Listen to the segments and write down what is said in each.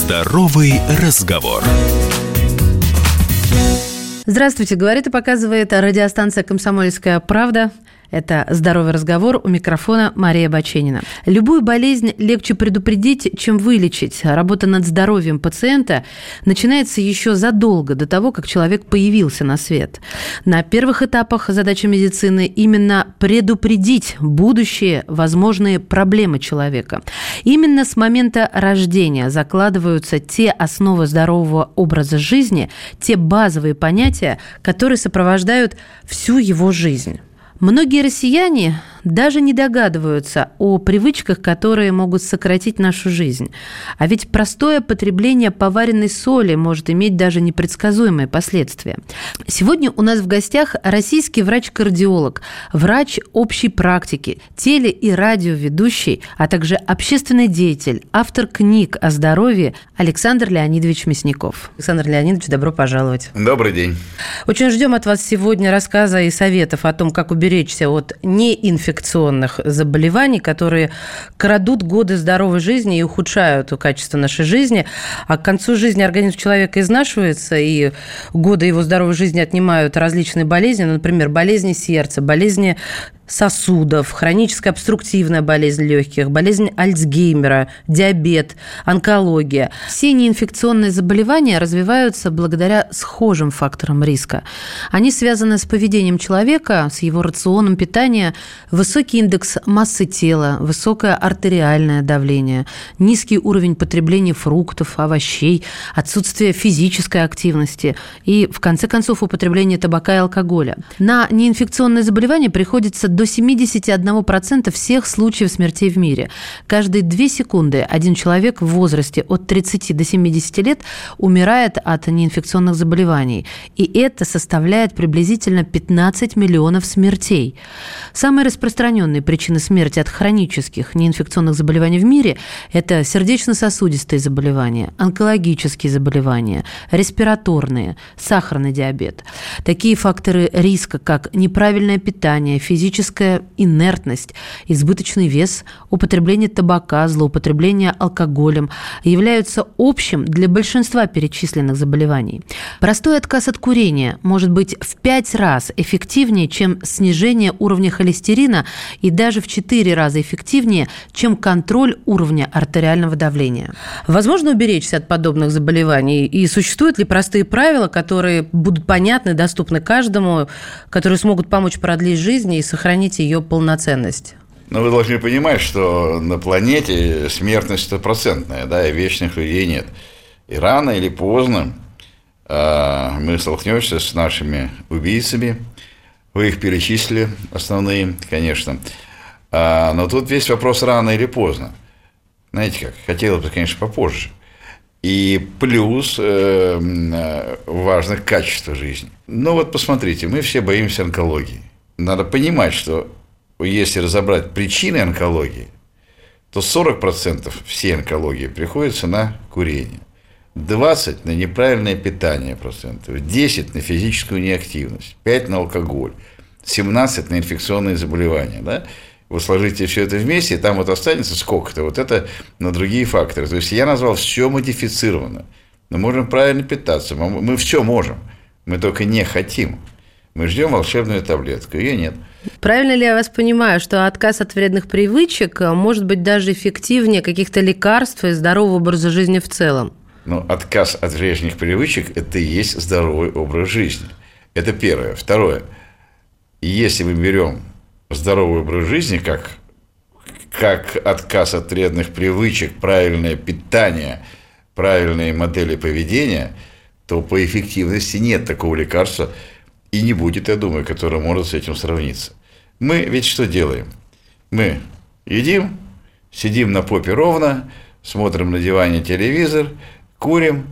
Здоровый разговор. Здравствуйте, говорит и показывает радиостанция «Комсомольская правда». Это «Здоровый разговор», у микрофона Мария Баченина. Любую болезнь легче предупредить, чем вылечить. Работа над здоровьем пациента начинается еще задолго до того, как человек появился на свет. На первых этапах задача медицины именно предупредить будущие возможные проблемы человека. Именно с момента рождения закладываются те основы здорового образа жизни, те базовые понятия, которые сопровождают всю его жизнь. Многие россияне даже не догадываются о привычках, которые могут сократить нашу жизнь. А ведь простое потребление поваренной соли может иметь даже непредсказуемые последствия. Сегодня у нас в гостях российский врач-кардиолог, врач общей практики, теле- и радиоведущий, а также общественный деятель, автор книг о здоровье Александр Леонидович Мясников. Александр Леонидович, добро пожаловать. Добрый день. Очень ждем от вас сегодня рассказа и советов о том, как уберечься от неинфекционных заболеваний, которые крадут годы здоровой жизни и ухудшают качество нашей жизни. А к концу жизни организм человека изнашивается, и годы его здоровой жизни отнимают различные болезни, например, болезни сердца, болезни сосудов, хроническая обструктивная болезнь легких, болезнь Альцгеймера, диабет, онкология. Все неинфекционные заболевания развиваются благодаря схожим факторам риска. Они связаны с поведением человека, с его рационом питания, высокий индекс массы тела, высокое артериальное давление, низкий уровень потребления фруктов, овощей, отсутствие физической активности и, в конце концов, употребление табака и алкоголя. На неинфекционные заболевания приходится до 71% всех случаев смертей в мире. Каждые 2 секунды один человек в возрасте от 30 до 70 лет умирает от неинфекционных заболеваний. И это составляет приблизительно 15 миллионов смертей. Самые распространенные причины смерти от хронических неинфекционных заболеваний в мире – это сердечно-сосудистые заболевания, онкологические заболевания, респираторные, сахарный диабет. Такие факторы риска, как неправильное питание, физическая инертность, избыточный вес, употребление табака, злоупотребление алкоголем являются общим для большинства перечисленных заболеваний. Простой отказ от курения может быть в 5 раз эффективнее, чем снижение уровня холестерина, и даже в 4 раза эффективнее, чем контроль уровня артериального давления. Возможно уберечься от подобных заболеваний? И существуют ли простые правила, которые будут понятны, доступны каждому, которые смогут помочь продлить жизнь и сохранить ее полноценность? Но вы должны понимать, что на планете смертность 100%, да, и вечных людей нет. И рано или поздно мы столкнемся с нашими убийцами. Вы их перечислили, основные, конечно. Но тут весь вопрос рано или поздно. Знаете как, хотелось бы, конечно, попозже. И плюс важно качество жизни. Ну вот посмотрите, мы все боимся онкологии. Надо понимать, что если разобрать причины онкологии, то 40% всей онкологии приходится на курение, 20% на неправильное питание процентов, 10% на физическую неактивность, 5% на алкоголь, 17% на инфекционные заболевания. Да? Вы сложите все это вместе, и там вот останется сколько-то, вот это на другие факторы. То есть я назвал все модифицировано. Мы можем правильно питаться, мы все можем, мы только не хотим. Мы ждем волшебную таблетку, ее нет. Правильно ли я вас понимаю, что отказ от вредных привычек может быть даже эффективнее каких-то лекарств и здорового образа жизни в целом? Ну, отказ от вредных привычек – это и есть здоровый образ жизни. Это первое. Второе. Если мы берем здоровый образ жизни как отказ от вредных привычек, правильное питание, правильные модели поведения, то по эффективности нет такого лекарства, и не будет, я думаю, которое может с этим сравниться. Мы ведь что делаем? Мы едим, сидим на попе ровно, смотрим на диване телевизор, курим,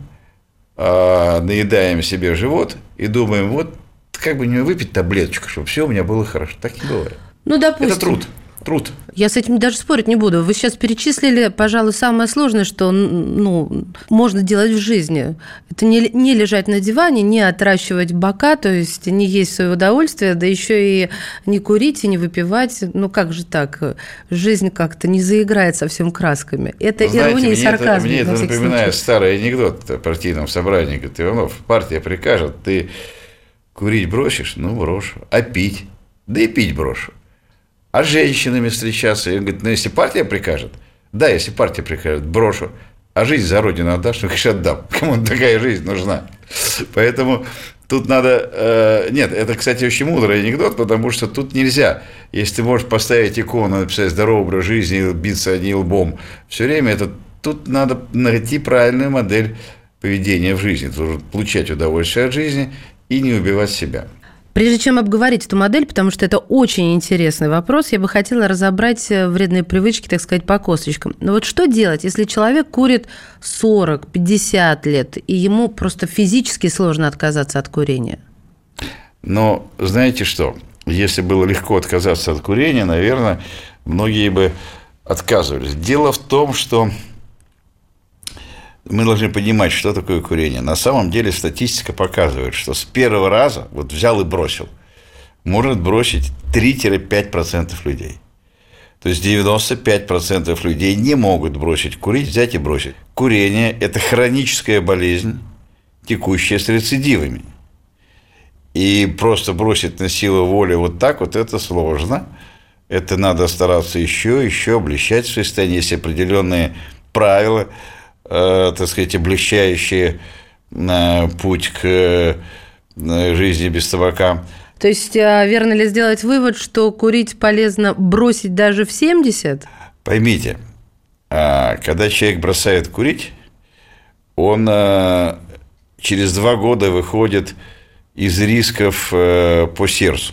наедаем себе живот и думаем, вот как бы не выпить таблеточку, чтобы все у меня было хорошо. Так не бывает. Ну, допустим. Это труд. труд. Я с этим даже спорить не буду. Вы сейчас перечислили, пожалуй, самое сложное, что можно делать в жизни. Это не лежать на диване, не отращивать бока, то есть не есть в свое удовольствие, да еще и не курить и не выпивать. Как же так? Жизнь как-то не заиграет совсем красками. Это ирония и сарказм. Мне это напоминает старый анекдот о партийном собрании. Говорит: Иванов, партия прикажет, ты курить бросишь? Брошу. А пить? Да и пить брошу. А с женщинами встречаться? И он говорит: если партия прикажет? Да, если партия прикажет, брошу. А жизнь за родину отдашь? Конечно, отдам. Кому такая жизнь нужна? Поэтому тут надо... Нет, это, кстати, очень мудрый анекдот, потому что тут нельзя. Если ты можешь поставить икону, написать «здоровый образ жизни», биться одним лбом все время, тут надо найти правильную модель поведения в жизни. Ты должен получать удовольствие от жизни и не убивать себя. Прежде чем обговорить эту модель, потому что это очень интересный вопрос, я бы хотела разобрать вредные привычки, так сказать, по косточкам. Но вот что делать, если человек курит 40-50 лет, и ему просто физически сложно отказаться от курения? Но знаете что? Если было легко отказаться от курения, наверное, многие бы отказывались. Дело в том, что мы должны понимать, что такое курение. На самом деле статистика показывает, что с первого раза, взял и бросил, может бросить 3-5% людей. То есть 95% людей не могут бросить курить, взять и бросить. Курение – это хроническая болезнь, текущая с рецидивами. И просто бросить на силу воли это сложно. Это надо стараться еще облегчать свои состояния. Есть определенные правила, облегчающие путь к жизни без табака. То есть, верно ли сделать вывод, что курить полезно бросить даже в 70? Поймите, когда человек бросает курить, он через 2 года выходит из рисков по сердцу.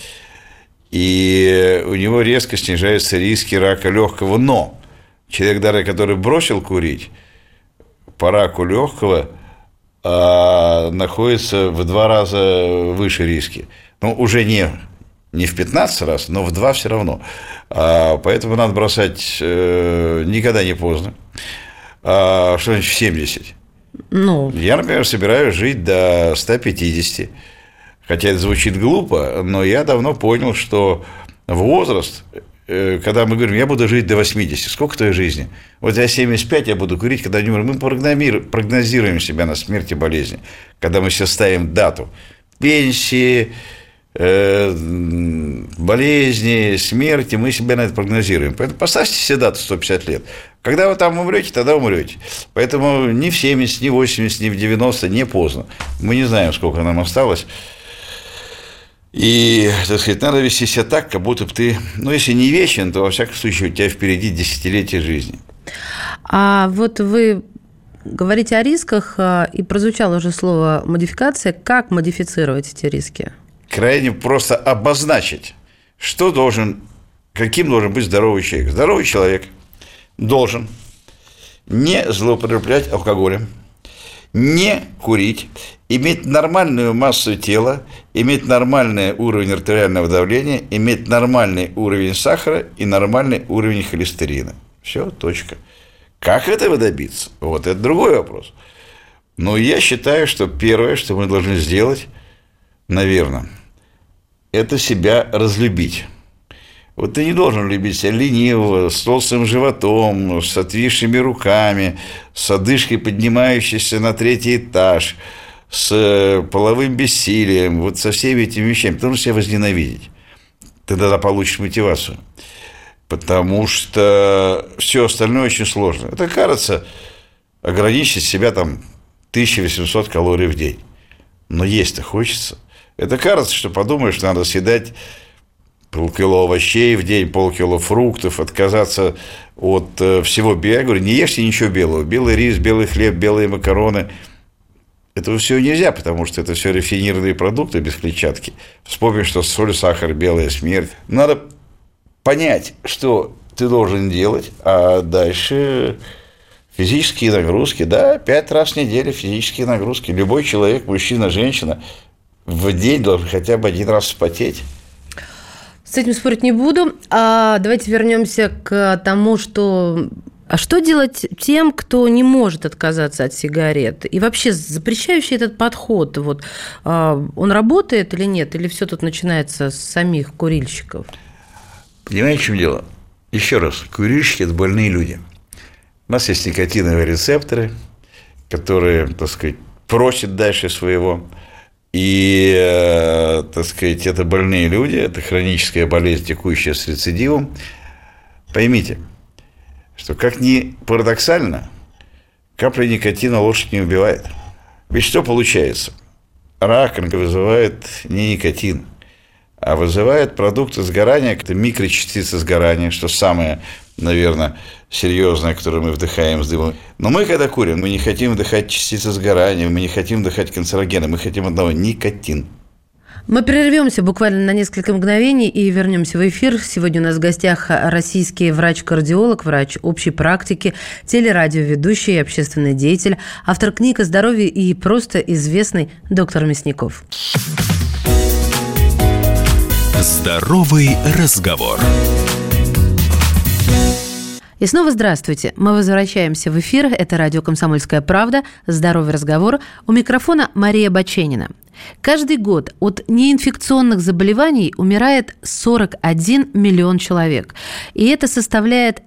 И у него резко снижаются риски рака легкого. Но человек, даже который бросил курить, по раку легкого находится в 2 раза выше риски. Уже не в 15 раз, но в 2 все равно. Поэтому надо бросать никогда не поздно. Что значит в 70? Я, например, собираюсь жить до 150. Хотя это звучит глупо, но я давно понял, что возраст... Когда мы говорим, я буду жить до 80, сколько твоей жизни? Я 75, я буду курить, когда не умру. Мы прогнозируем себя на смерть и болезни, когда мы себе ставим дату пенсии, болезни, смерти, мы себя на это прогнозируем. Поэтому поставьте себе дату 150 лет. Когда вы там умрете, тогда умрете. Поэтому ни в 70, ни в 80, ни в 90 не поздно. Мы не знаем, сколько нам осталось. И, надо вести себя так, как будто бы ты, если не вечен, то, во всяком случае, у тебя впереди десятилетие жизни. А вы говорите о рисках, и прозвучало уже слово «модификация». Как модифицировать эти риски? Крайне просто обозначить, каким должен быть здоровый человек. Здоровый человек должен не злоупотреблять алкоголем, не курить, иметь нормальную массу тела, иметь нормальный уровень артериального давления, иметь нормальный уровень сахара и нормальный уровень холестерина. Все, точка. Как этого добиться? Это другой вопрос. Но я считаю, что первое, что мы должны сделать, наверное, это себя разлюбить. Ты не должен любить себя ленивого, с толстым животом, с отвисшими руками, с одышкой, поднимающейся на 3-й этаж, с половым бессилием, со всеми этими вещами. Ты должен себя возненавидеть. Ты тогда получишь мотивацию. Потому что все остальное очень сложно. Это, кажется, ограничить себя 1800 калорий в день. Но есть-то хочется. Это кажется, что подумаешь, что надо съедать полкило овощей в день, полкило фруктов, отказаться от всего белого. Я говорю, не ешьте ничего белого. Белый рис, белый хлеб, белые макароны. Этого всего нельзя, потому что это все рафинированные продукты без клетчатки. Вспомни, что соль, сахар, белая смерть. Надо понять, что ты должен делать, а дальше физические нагрузки. Да, 5 раз в неделю физические нагрузки. Любой человек, мужчина, женщина, в день должен хотя бы 1 раз вспотеть. С этим спорить не буду. Давайте вернемся к тому, что... А что делать тем, кто не может отказаться от сигарет? И вообще запрещающий этот подход, он работает или нет? Или все тут начинается с самих курильщиков? Понимаете, в чем дело? Еще раз, курильщики – это больные люди. У нас есть никотиновые рецепторы, которые, так сказать, просят дальше своего. И, так сказать, это больные люди, это хроническая болезнь, текущая с рецидивом. Поймите, что, как ни парадоксально, капля никотина лошадь не убивает. Ведь что получается? Рак вызывает не никотин, а вызывает продукты сгорания, это микрочастицы сгорания, что самое, наверное, серьезное, которое мы вдыхаем с дымом. Но мы, когда курим, мы не хотим вдыхать частицы сгорания, мы не хотим вдыхать канцерогены, мы хотим одного – никотин. Мы прервемся буквально на несколько мгновений и вернемся в эфир. Сегодня у нас в гостях российский врач-кардиолог, врач общей практики, телерадиоведущий, общественный деятель, автор книг о здоровье и просто известный доктор Мясников. Здоровый разговор. И снова здравствуйте. Мы возвращаемся в эфир. Это радио «Комсомольская правда». Здоровый разговор. У микрофона Мария Баченина. Каждый год от неинфекционных заболеваний умирает 41 миллион человек. И это составляет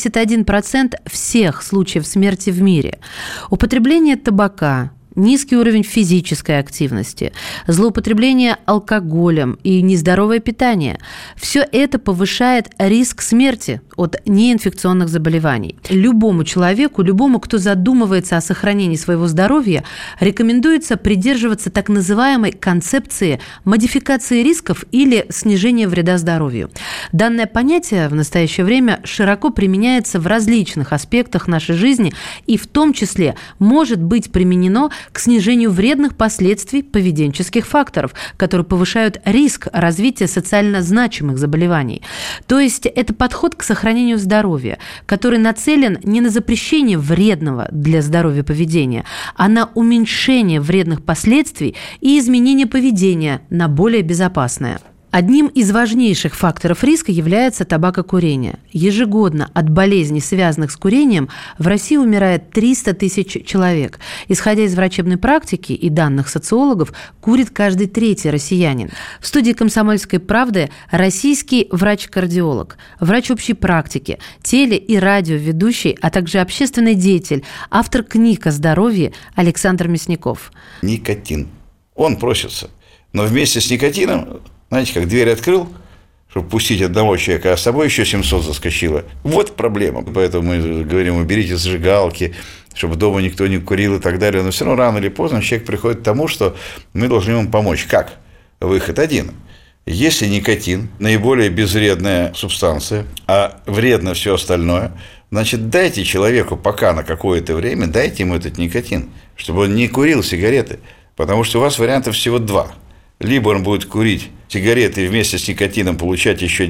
71% всех случаев смерти в мире. Употребление табака, низкий уровень физической активности, злоупотребление алкоголем и нездоровое питание – все это повышает риск смерти от неинфекционных заболеваний. Любому человеку, любому, кто задумывается о сохранении своего здоровья, рекомендуется придерживаться так называемой концепции модификации рисков или снижения вреда здоровью. Данное понятие в настоящее время широко применяется в различных аспектах нашей жизни и в том числе может быть применено к снижению вредных последствий поведенческих факторов, которые повышают риск развития социально значимых заболеваний. То есть это подход к сохранению здоровья, который нацелен не на запрещение вредного для здоровья поведения, а на уменьшение вредных последствий и изменение поведения на более безопасное. Одним из важнейших факторов риска является табакокурение. Ежегодно от болезней, связанных с курением, в России умирает 300 тысяч человек. Исходя из врачебной практики и данных социологов, курит каждый третий россиянин. В студии «Комсомольской правды» российский врач-кардиолог, врач общей практики, теле- и радиоведущий, а также общественный деятель, автор книг о здоровье Александр Мясников. Никотин. Он просится. Но вместе с никотином... Знаете, как дверь открыл, чтобы пустить одного человека, а с собой еще 700 заскочило. Вот проблема. Поэтому мы говорим, уберите зажигалки, чтобы дома никто не курил и так далее. Но все равно рано или поздно человек приходит к тому, что мы должны ему помочь. Как? Выход один. Если никотин – наиболее безвредная субстанция, а вредно все остальное, значит, дайте человеку пока на какое-то время, дайте ему этот никотин, чтобы он не курил сигареты. Потому что у вас вариантов всего два. Либо он будет курить сигареты и вместе с никотином получать еще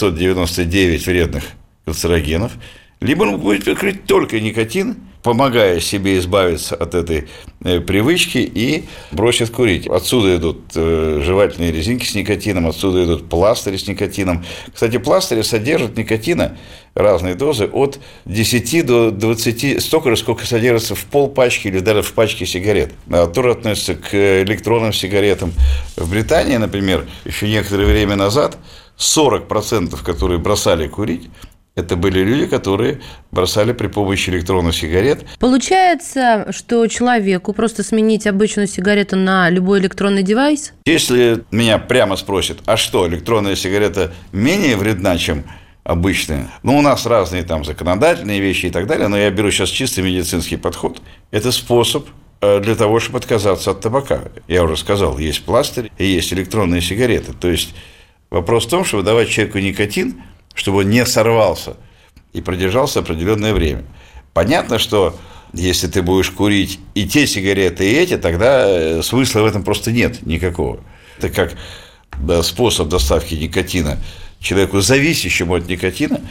999 вредных канцерогенов, либо он будет курить только никотин, помогая себе избавиться от этой привычки и бросит курить. Отсюда идут жевательные резинки с никотином, отсюда идут пластыри с никотином. Кстати, пластыри содержат никотина разные дозы от 10 до 20, столько же, сколько содержится в полпачки или даже в пачке сигарет. Тоже относится к электронным сигаретам. В Британии, например, еще некоторое время назад 40%, которые бросали курить, это были люди, которые бросали при помощи электронных сигарет. Получается, что человеку просто сменить обычную сигарету на любой электронный девайс? Если меня прямо спросят, а что, электронная сигарета менее вредна, чем обычная? Ну, у нас разные там законодательные вещи и так далее, но я беру сейчас чисто медицинский подход. Это способ для того, чтобы отказаться от табака. Я уже сказал, есть пластырь и есть электронные сигареты. То есть вопрос в том, чтобы давать человеку никотин, чтобы он не сорвался и продержался определенное время. Понятно, что если ты будешь курить и те сигареты, и эти, тогда смысла в этом просто нет никакого. Это как способ доставки никотина человеку, зависящему от никотина,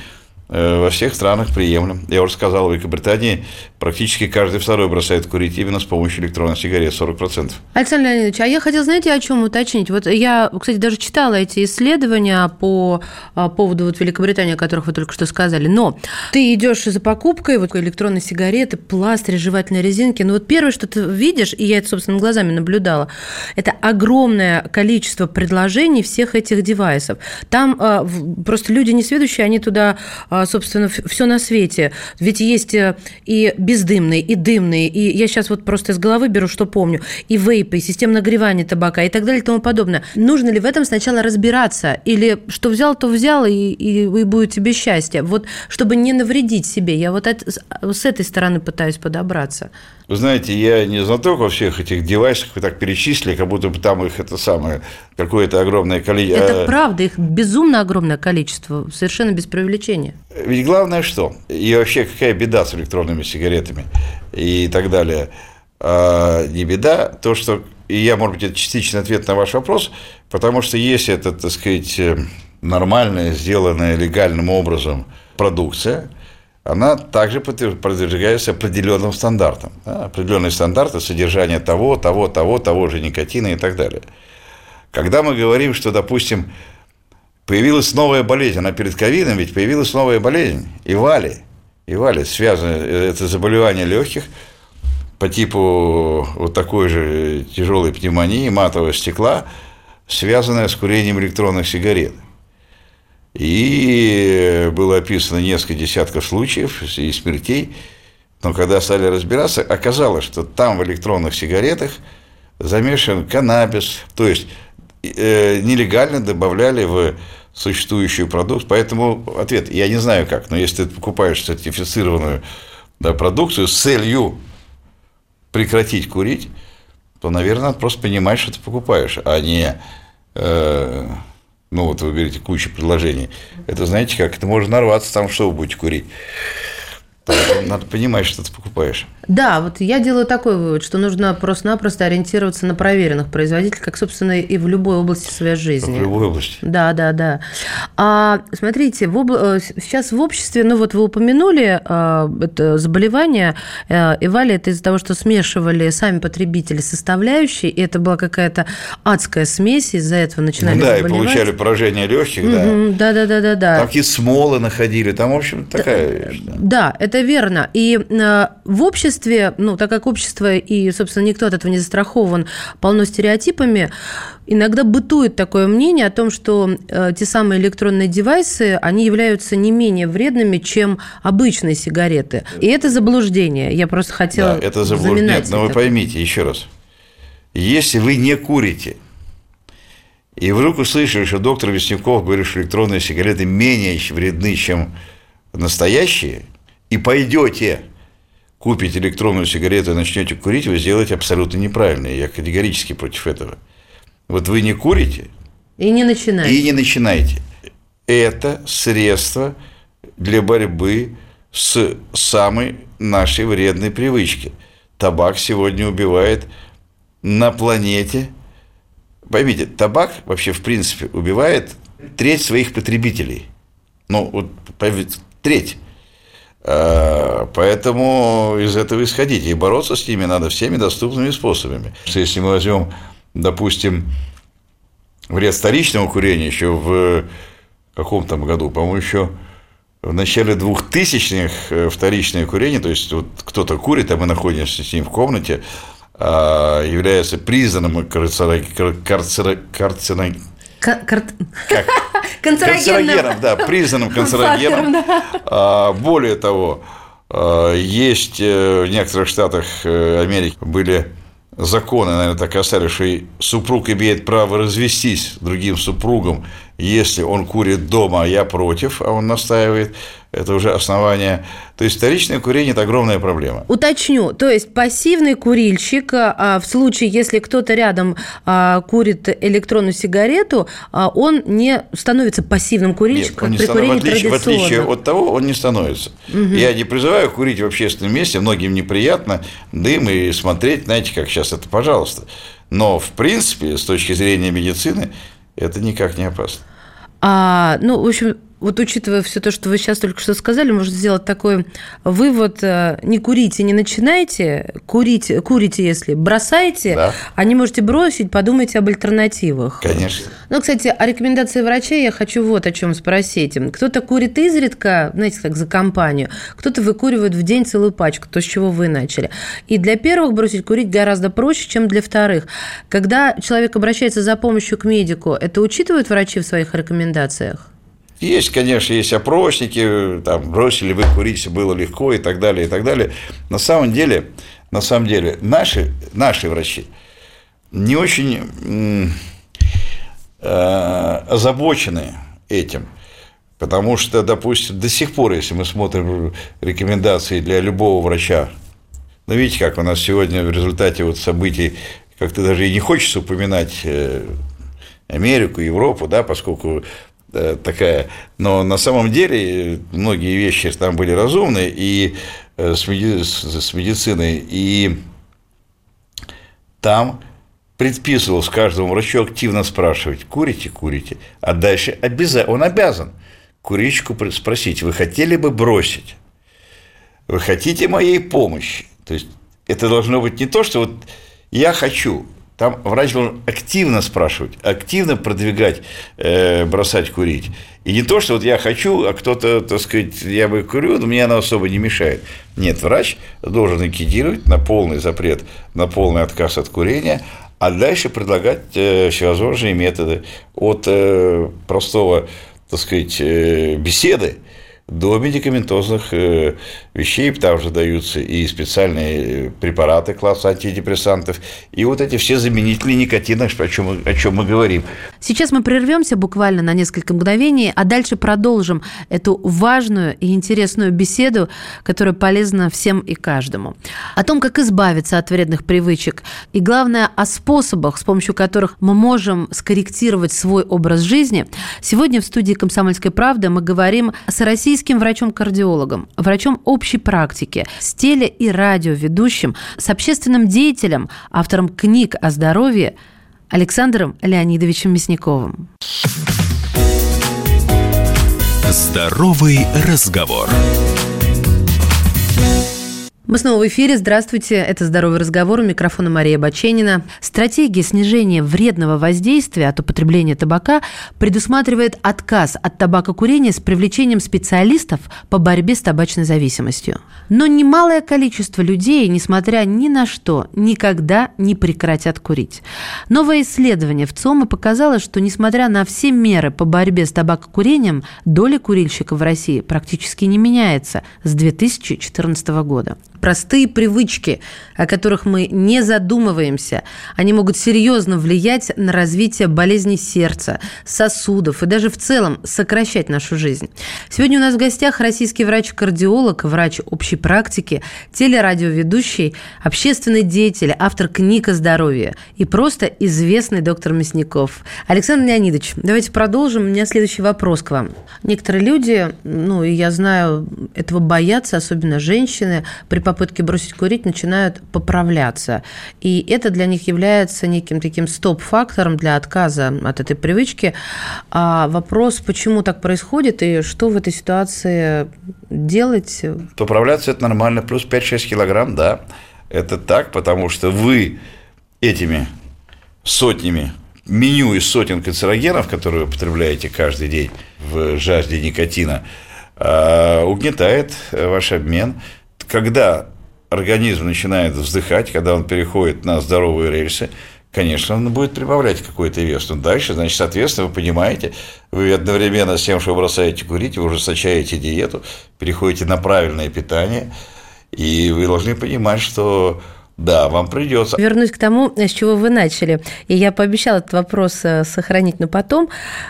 во всех странах приемлем. Я уже сказал, в Великобритании практически каждый второй бросает курить именно с помощью электронных сигарет, 40%. Александр Леонидович, а я хотела, знаете, о чем уточнить? Вот я, кстати, даже читала эти исследования по поводу вот Великобритании, о которых вы только что сказали. Но ты идешь за покупкой вот электронной сигареты, пластырь, жевательной резинки. Ну вот первое, что ты видишь, и я это собственными глазами наблюдала, это огромное количество предложений всех этих девайсов. Там просто люди несведущие, они туда, собственно, все на свете. Ведь есть и бездымные, и дымные, и я сейчас вот просто из головы беру, что помню, и вейпы, и система нагревания табака, и так далее, и тому подобное. Нужно ли в этом сначала разбираться? Или что взял, то взял, и будет тебе счастье? Вот, чтобы не навредить себе. Я вот с этой стороны пытаюсь подобраться. Вы знаете, я не знаток во всех этих девайсах, вы так перечислили, как будто бы там их какое-то огромное количество. Это правда, их безумно огромное количество, совершенно без преувеличения. Ведь главное что? И вообще какая беда с электронными сигаретами и так далее? Не беда, то, что... И я, может быть, это частичный ответ на ваш вопрос, потому что если это, так сказать, нормальная, сделанная легальным образом продукция, она также подвергается определенным стандартам. Да? Определенные стандарты содержания того же никотина и так далее. Когда мы говорим, что, допустим, появилась новая болезнь, она перед ковидом ведь появилась новая болезнь, ИВАЛИ, связано, это заболевание легких по типу вот такой же тяжелой пневмонии, матового стекла, связанное с курением электронных сигарет. И было описано несколько десятков случаев и смертей, но когда стали разбираться, оказалось, что там в электронных сигаретах замешан каннабис, то есть нелегально добавляли в существующую продукцию. Поэтому ответ, я не знаю как, но если ты покупаешь сертифицированную продукцию с целью прекратить курить, то, наверное, надо просто понимать, что ты покупаешь, а не... Ну, вот вы говорите, куча предложений. Это, знаете как, это можно нарваться там, что вы будете курить. Надо понимать, что ты покупаешь. Да, вот я делаю такой вывод, что нужно просто-напросто ориентироваться на проверенных производителей, как, собственно, и в любой области своей жизни. В любой области. Да. Смотрите, сейчас в обществе, ну вот вы упомянули это заболевание, ИВАЛИ, это из-за того, что смешивали сами потребители составляющие, и это была какая-то адская смесь, из-за этого начинали заболевать. И получали поражение легких, да. Там какие смолы находили, там, в общем, такая... Да, это верно. И в обществе, ну, так как общество и, собственно, никто от этого не застрахован, полно стереотипами, иногда бытует такое мнение о том, что те самые электронные девайсы, они являются не менее вредными, чем обычные сигареты. И это заблуждение. Я просто хотела это заблуждение. Нет, но вы поймите еще раз. Если вы не курите, и вдруг услышали, что доктор Весняков говорит, что электронные сигареты менее вредны, чем настоящие, и пойдете купите электронную сигарету и начнете курить, вы сделаете абсолютно неправильно. Я категорически против этого. Вот вы не курите и не начинайте. Это средство для борьбы с самой нашей вредной привычкой. Табак сегодня убивает на планете. Поймите, табак вообще в принципе убивает треть своих потребителей. Ну, вот треть. Поэтому из этого исходить. И бороться с ними надо всеми доступными способами. Если мы возьмем, допустим, вред вторичного курения еще в каком-то году, по-моему, еще в начале 2000-х вторичное курение, то есть вот кто-то курит, а мы находимся с ним в комнате, является признанным канцерогеном, да, признанным канцерогеном. Более того, есть в некоторых штатах Америки были законы, наверное, так касались, что супруг имеет право развестись с другим супругом, если он курит дома, а я против, а он настаивает. Это уже основание. То есть вторичное курение – это огромная проблема. Уточню, то есть пассивный курильщик, в случае, если кто-то рядом курит электронную сигарету, он не становится пассивным курильщиком при курении традиционно. В отличие от того, он не становится. Угу. Я не призываю курить в общественном месте, многим неприятно дым и смотреть, знаете, как сейчас это, пожалуйста. Но, в принципе, с точки зрения медицины, это никак не опасно. Ну, в общем, вот учитывая все то, что вы сейчас только что сказали, можно сделать такой вывод: не курите, не начинайте, курите, если бросайте, Да. а не можете бросить, подумайте об альтернативах. Конечно. Ну, кстати, о рекомендации врачей я хочу вот о чем спросить. Кто-то курит изредка, знаете, как за компанию, кто-то выкуривает в день целую пачку, то, с чего вы начали. И для первых бросить курить гораздо проще, чем для вторых. Когда человек обращается за помощью к медику, это учитывают врачи в своих рекомендациях? Есть, конечно, есть опросники, там, бросили вы курить, было легко и так далее, и так далее. На самом деле наши врачи не очень озабочены этим, потому что, допустим, до сих пор, если мы смотрим рекомендации для любого врача, ну, видите, как у нас сегодня в результате вот событий как-то даже и не хочется упоминать Америку, Европу, да, поскольку такая, но на самом деле многие вещи там были разумны и с медициной, и там предписывалось каждому врачу активно спрашивать: курите, а дальше он обязан курильщику спросить: вы хотели бы бросить, вы хотите моей помощи? То есть это должно быть не то, что вот я хочу. Там врач должен активно спрашивать, активно продвигать, бросать курить. И не то, что вот я хочу, а кто-то, так сказать, я бы курю, но мне оно особо не мешает. Нет, врач должен агитировать на полный запрет, на полный отказ от курения, а дальше предлагать всевозможные методы от простого, так сказать, беседы до медикаментозных вещей, там же даются и специальные препараты класса антидепрессантов, и вот эти все заменители никотина, о чем мы говорим. Сейчас мы прервемся буквально на несколько мгновений, а дальше продолжим эту важную и интересную беседу, которая полезна всем и каждому. О том, как избавиться от вредных привычек, и, главное, о способах, с помощью которых мы можем скорректировать свой образ жизни. Сегодня в студии «Комсомольской правды» мы говорим с российским врачом-кардиологом, врачом общей практики, с теле- и радиоведущим, с общественным деятелем, автором книг о здоровье Александром Леонидовичем Мясниковым. Здоровый разговор. Мы снова в эфире. Здравствуйте. Это «Здоровый разговор». У микрофона Мария Баченина. Стратегия снижения вредного воздействия от употребления табака предусматривает отказ от табакокурения с привлечением специалистов по борьбе с табачной зависимостью. Но немалое количество людей, несмотря ни на что, никогда не прекратят курить. Новое исследование в ЦОМа показало, что, несмотря на все меры по борьбе с табакокурением, доля курильщиков в России практически не меняется с 2014 года. Простые привычки, о которых мы не задумываемся, они могут серьезно влиять на развитие болезней сердца, сосудов и даже в целом сокращать нашу жизнь. Сегодня у нас в гостях российский врач-кардиолог, врач общей практики, телерадиоведущий, общественный деятель, автор книг о здоровье и просто известный доктор Мясников. Александр Леонидович, давайте продолжим. У меня следующий вопрос к вам. Некоторые люди, и я знаю, этого боятся, особенно женщины, при попытке бросить курить начинают поправляться. И это для них является неким таким стоп-фактором для отказа от этой привычки. А вопрос, почему так происходит и что в этой ситуации делать? Поправляться – это нормально, плюс 5-6 килограмм, да. Это так, потому что вы этими сотнями, меню из сотен канцерогенов, которые вы употребляете каждый день в жажде никотина, угнетает ваш обмен. Когда организм начинает вздыхать, когда он переходит на здоровые рельсы, конечно, он будет прибавлять какой-то вес. Но дальше, значит, соответственно, вы понимаете, вы одновременно с тем, что вы бросаете курить, вы ужесточаете диету, переходите на правильное питание, и вы должны понимать, что да, вам придется. Вернусь к тому, с чего вы начали. И я пообещала этот вопрос сохранить на потом.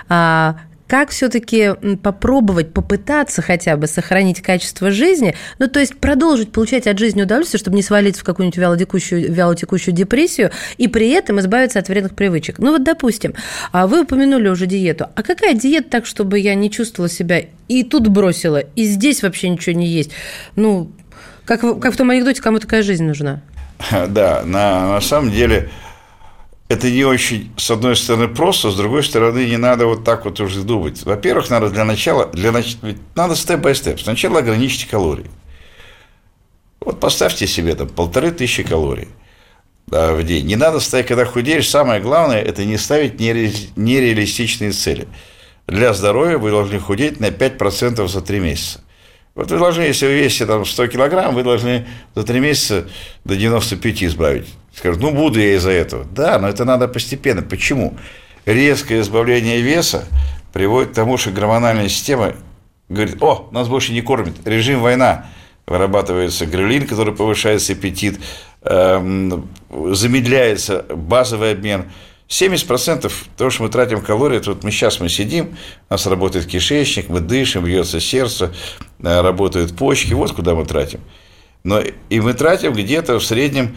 Как все-таки попытаться хотя бы сохранить качество жизни, то есть продолжить получать от жизни удовольствие, чтобы не свалиться в какую-нибудь вялотекущую депрессию, и при этом избавиться от вредных привычек. допустим, вы упомянули уже диету. А какая диета так, чтобы я не чувствовала себя и тут бросила, и здесь вообще ничего не есть? Как в том анекдоте, кому такая жизнь нужна? Да, на самом деле это не очень, с одной стороны, просто, с другой стороны, не надо вот так вот уже думать. Во-первых, надо для начала надо степ-бай-степ. Сначала ограничьте калории. Вот поставьте себе там 1500 калорий в день. Не надо ставить, когда худеешь, самое главное, это не ставить нереалистичные цели. Для здоровья вы должны худеть на 5% за 3 месяца. Вот вы должны, если вы весите там 100 килограмм, вы должны за 3 месяца до 95 избавить. Скажут, ну, буду я из-за этого. Да, но это надо постепенно. Почему? Резкое избавление веса приводит к тому, что гормональная система говорит, о, нас больше не кормят, режим война. Вырабатывается грелин, который повышает аппетит, замедляется базовый обмен. 70% того, что мы тратим калорий, это вот мы сидим, у нас работает кишечник, мы дышим, бьется сердце, работают почки, вот куда мы тратим. Но и мы тратим где-то в среднем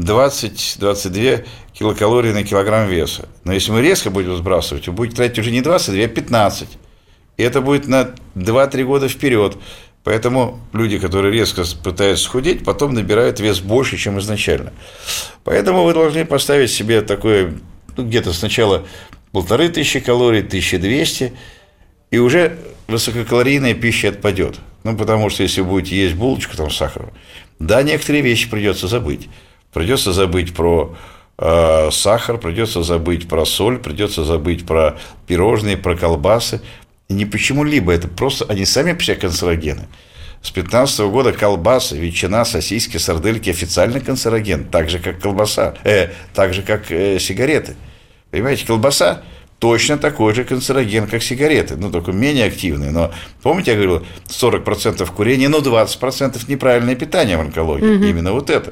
20-22 килокалории на килограмм веса. Но если мы резко будем сбрасывать, вы будете тратить уже не 22, а 15. И это будет на 2-3 года вперед. Поэтому люди, которые резко пытаются схудеть, потом набирают вес больше, чем изначально. Поэтому вы должны поставить себе такое, ну, где-то сначала 1500 калорий, 1200, и уже высококалорийная пища отпадет. Ну, потому что если вы будете есть булочку там, с сахаром, да, некоторые вещи придется забыть. Придется забыть про сахар, придется забыть про соль, придется забыть про пирожные, про колбасы. И не почему-либо, это просто они сами по себе канцерогены. С 2015 года колбасы, ветчина, сосиски, сардельки официально канцероген, так же, как колбаса, так же, как сигареты. Понимаете, колбаса точно такой же канцероген, как сигареты, ну, только менее активный. Но помните, я говорил, 40% курения, но 20% неправильное питание в онкологии. Именно вот это.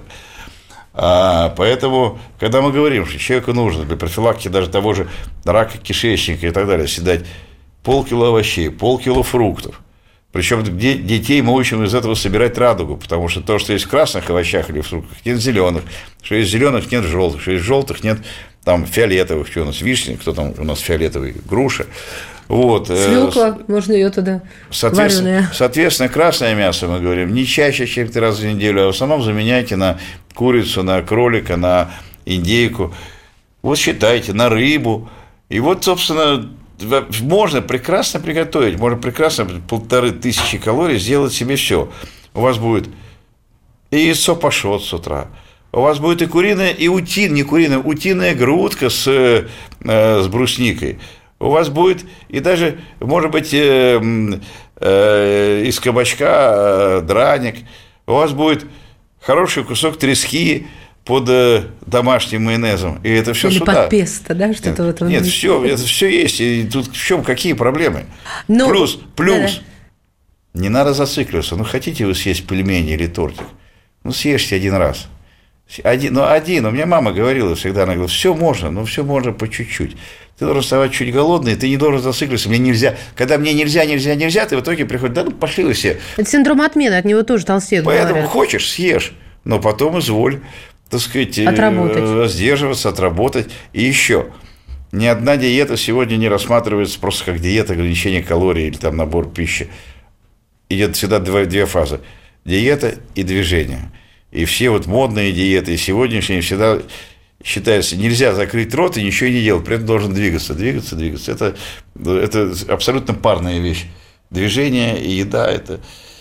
Поэтому, когда мы говорим, что человеку нужно для профилактики даже того же рака кишечника и так далее съедать полкило овощей, полкило фруктов. Причем детей мы учим из этого собирать радугу, потому что то, что есть в красных овощах или в фруктах, нет зеленых, что есть зеленых, нет желтых, что есть желтых, нет там фиолетовых, что у нас вишня, кто там у нас фиолетовый, груша. Вот. Свекла, можно ее туда вареная. Соответственно, красное мясо, мы говорим, не чаще, чем 3 раза в неделю, а в основном заменяйте на курицу, на кролика, на индейку. Вот считайте, на рыбу. И вот, собственно, можно прекрасно приготовить, можно прекрасно 1500 калорий сделать себе все. У вас будет и яйцо пашот с утра, у вас будет и куриная, и утиная грудка с брусникой. У вас будет и даже, может быть, из кабачка драник. У вас будет хороший кусок трески под домашним майонезом. И это все сюда. Или под песто, да, что-то в этом. Нет, это все есть. И тут в чем какие проблемы? Но... Плюс. Да. Не надо зацикливаться. Ну, хотите вы съесть пельмени или тортик? Ну, съешьте один раз. Один. У меня мама говорила всегда, она говорила, все можно, но все можно по чуть-чуть. Ты должен вставать чуть голодный, ты не должен зацикливаться. Мне нельзя. Когда мне нельзя, ты в итоге приходишь, да ну пошли вы все. Это синдром отмены, от него тоже толстеют. Поэтому говорят. хочешь, съешь, но потом изволь, так сказать, сдерживаться, отработать. И еще, ни одна диета сегодня не рассматривается просто как диета ограничения калорий или там набор пищи. Идет всегда две фазы. Диета и движение. И все вот модные диеты, и сегодняшние всегда считается, нельзя закрыть рот и ничего не делать, при этом должен двигаться. Это абсолютно парная вещь. Движение и еда – это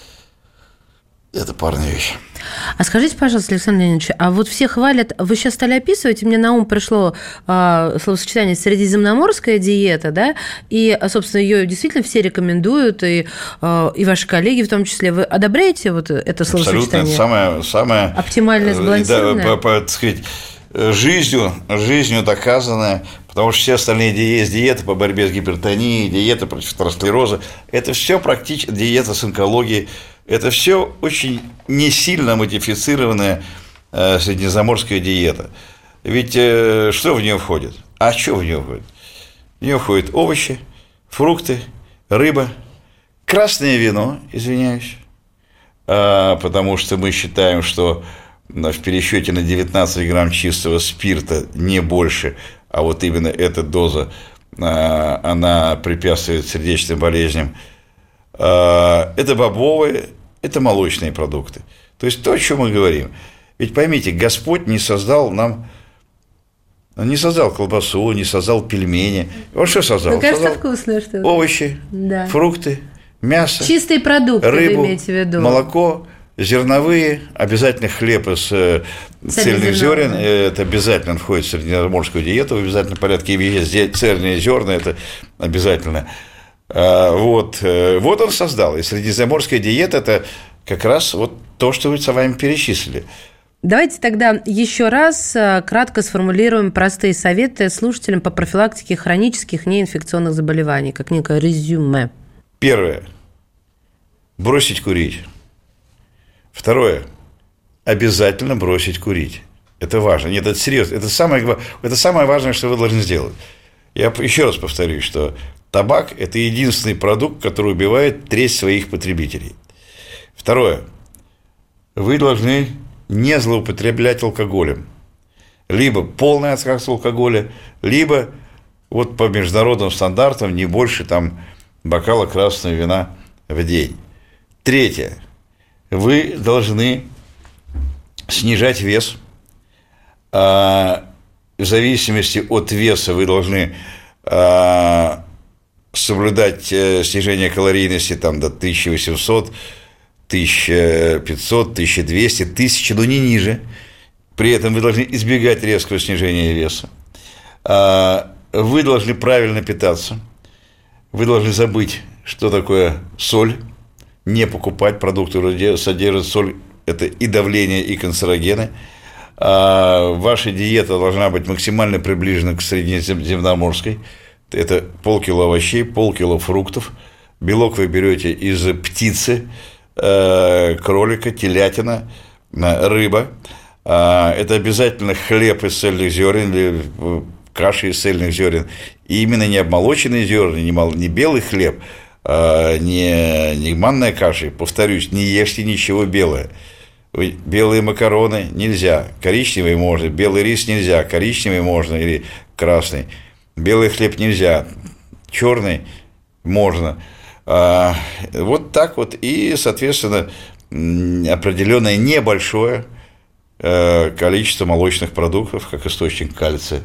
парная вещь. А скажите, пожалуйста, Александр Леонидович, а вот все хвалят, вы сейчас стали описывать, и мне на ум пришло словосочетание «средиземноморская диета», да, и, собственно, ее действительно все рекомендуют, и ваши коллеги в том числе. Вы одобряете вот это словосочетание? Абсолютно, самое оптимально сбалансированное? Да, так сказать, жизнью доказанное, потому что все остальные есть диеты по борьбе с гипертонией, диета против атеросклероза, это все практически диета с онкологией, это все очень не сильно модифицированная средиземноморская диета. Ведь что в нее входит? А что в нее входит? В нее входят овощи, фрукты, рыба, красное вино, извиняюсь, потому что мы считаем, что в пересчете на 19 грамм чистого спирта не больше, а вот именно эта доза, она препятствует сердечным болезням. Это бобовые, это молочные продукты. То есть то, о чем мы говорим. Ведь поймите, Господь не создал нам Он не создал колбасу, не создал пельмени. Он что создал? Ну, кажется, создал вкусно что-то. овощи, Да. фрукты, мясо, Чистые продукты, рыбу, вы имеете в виду. молоко, зерновые, обязательно хлеб из цельных зерен. Это обязательно входит в средиземноморскую диету в обязательном порядке. И цельные зерна – это обязательно. Вот он создал. И средиземноморская диета – это как раз вот то, что вы с вами перечислили. Давайте тогда еще раз кратко сформулируем простые советы слушателям по профилактике хронических неинфекционных заболеваний, как некое резюме. Первое. Бросить курить. Второе. Обязательно бросить курить. Это важно. Нет, это серьезно. Это самое важное, что вы должны сделать. Я еще раз повторюсь, что табак – это единственный продукт, который убивает треть своих потребителей. Второе. Вы должны не злоупотреблять алкоголем. Либо полный отказ от алкоголя, либо вот по международным стандартам не больше бокала красного вина в день. Третье. Вы должны снижать вес. В зависимости от веса вы должны соблюдать снижение калорийности до 1800, 1500, 1200, 1000, но не ниже. При этом вы должны избегать резкого снижения веса. Вы должны правильно питаться. Вы должны забыть, что такое соль. Не покупать продукты, которые содержат соль. Это и давление, и канцерогены. Ваша диета должна быть максимально приближена к средиземноморской. Это полкило овощей, полкило фруктов. Белок вы берете из птицы, кролика, телятина, рыба. Это обязательно хлеб из цельных зерен или каши из цельных зерен. И именно не обмолоченные зерна, не белый хлеб, не манная каша. Повторюсь, не ешьте ничего белое. Белые макароны нельзя, коричневые можно, белый рис нельзя, коричневый можно или красный. Белый хлеб нельзя, черный можно. Вот так вот. И, соответственно, определенное небольшое количество молочных продуктов, как источник кальция.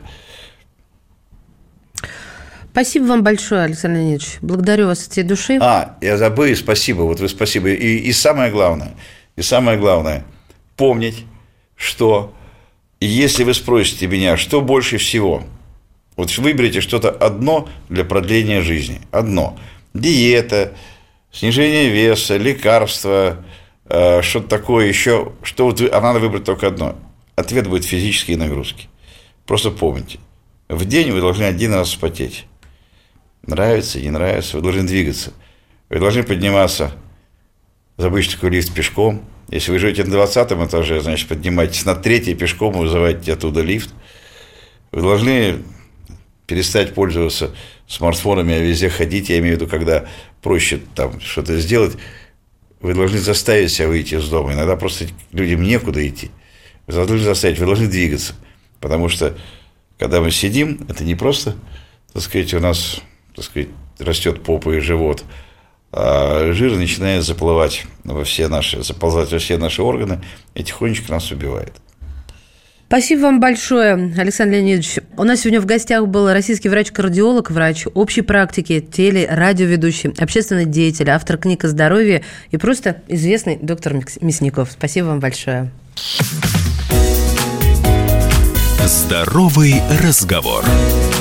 Спасибо вам большое, Александр Леонидович. Благодарю вас от всей души. Я забыл, спасибо. Вот вы спасибо. И самое главное, помнить, что если вы спросите меня, что больше всего, вот выберите что-то одно для продления жизни. Одно. Диета, снижение веса, лекарства, что-то такое еще. Надо выбрать только одно. Ответ будет физические нагрузки. Просто помните. В день вы должны один раз вспотеть. Нравится, не нравится, вы должны двигаться. Вы должны подниматься в обычный такой лифт пешком. Если вы живете на 20 этаже, значит, поднимайтесь на 3-й пешком и вызывайте оттуда лифт. Вы должны перестать пользоваться смартфонами, а везде ходить. Я имею в виду, когда проще что-то сделать, вы должны заставить себя выйти из дома. Иногда просто людям некуда идти. Вы должны заставить, вы должны двигаться. Потому что, когда мы сидим, это не просто, у нас, растет попа и живот, а жир начинает заползать во все наши органы и тихонечко нас убивает. Спасибо вам большое, Александр Леонидович. У нас сегодня в гостях был российский врач-кардиолог, врач общей практики, радиоведущий, общественный деятель, автор книг о здоровье и просто известный доктор Мясников. Спасибо вам большое. Здоровый разговор.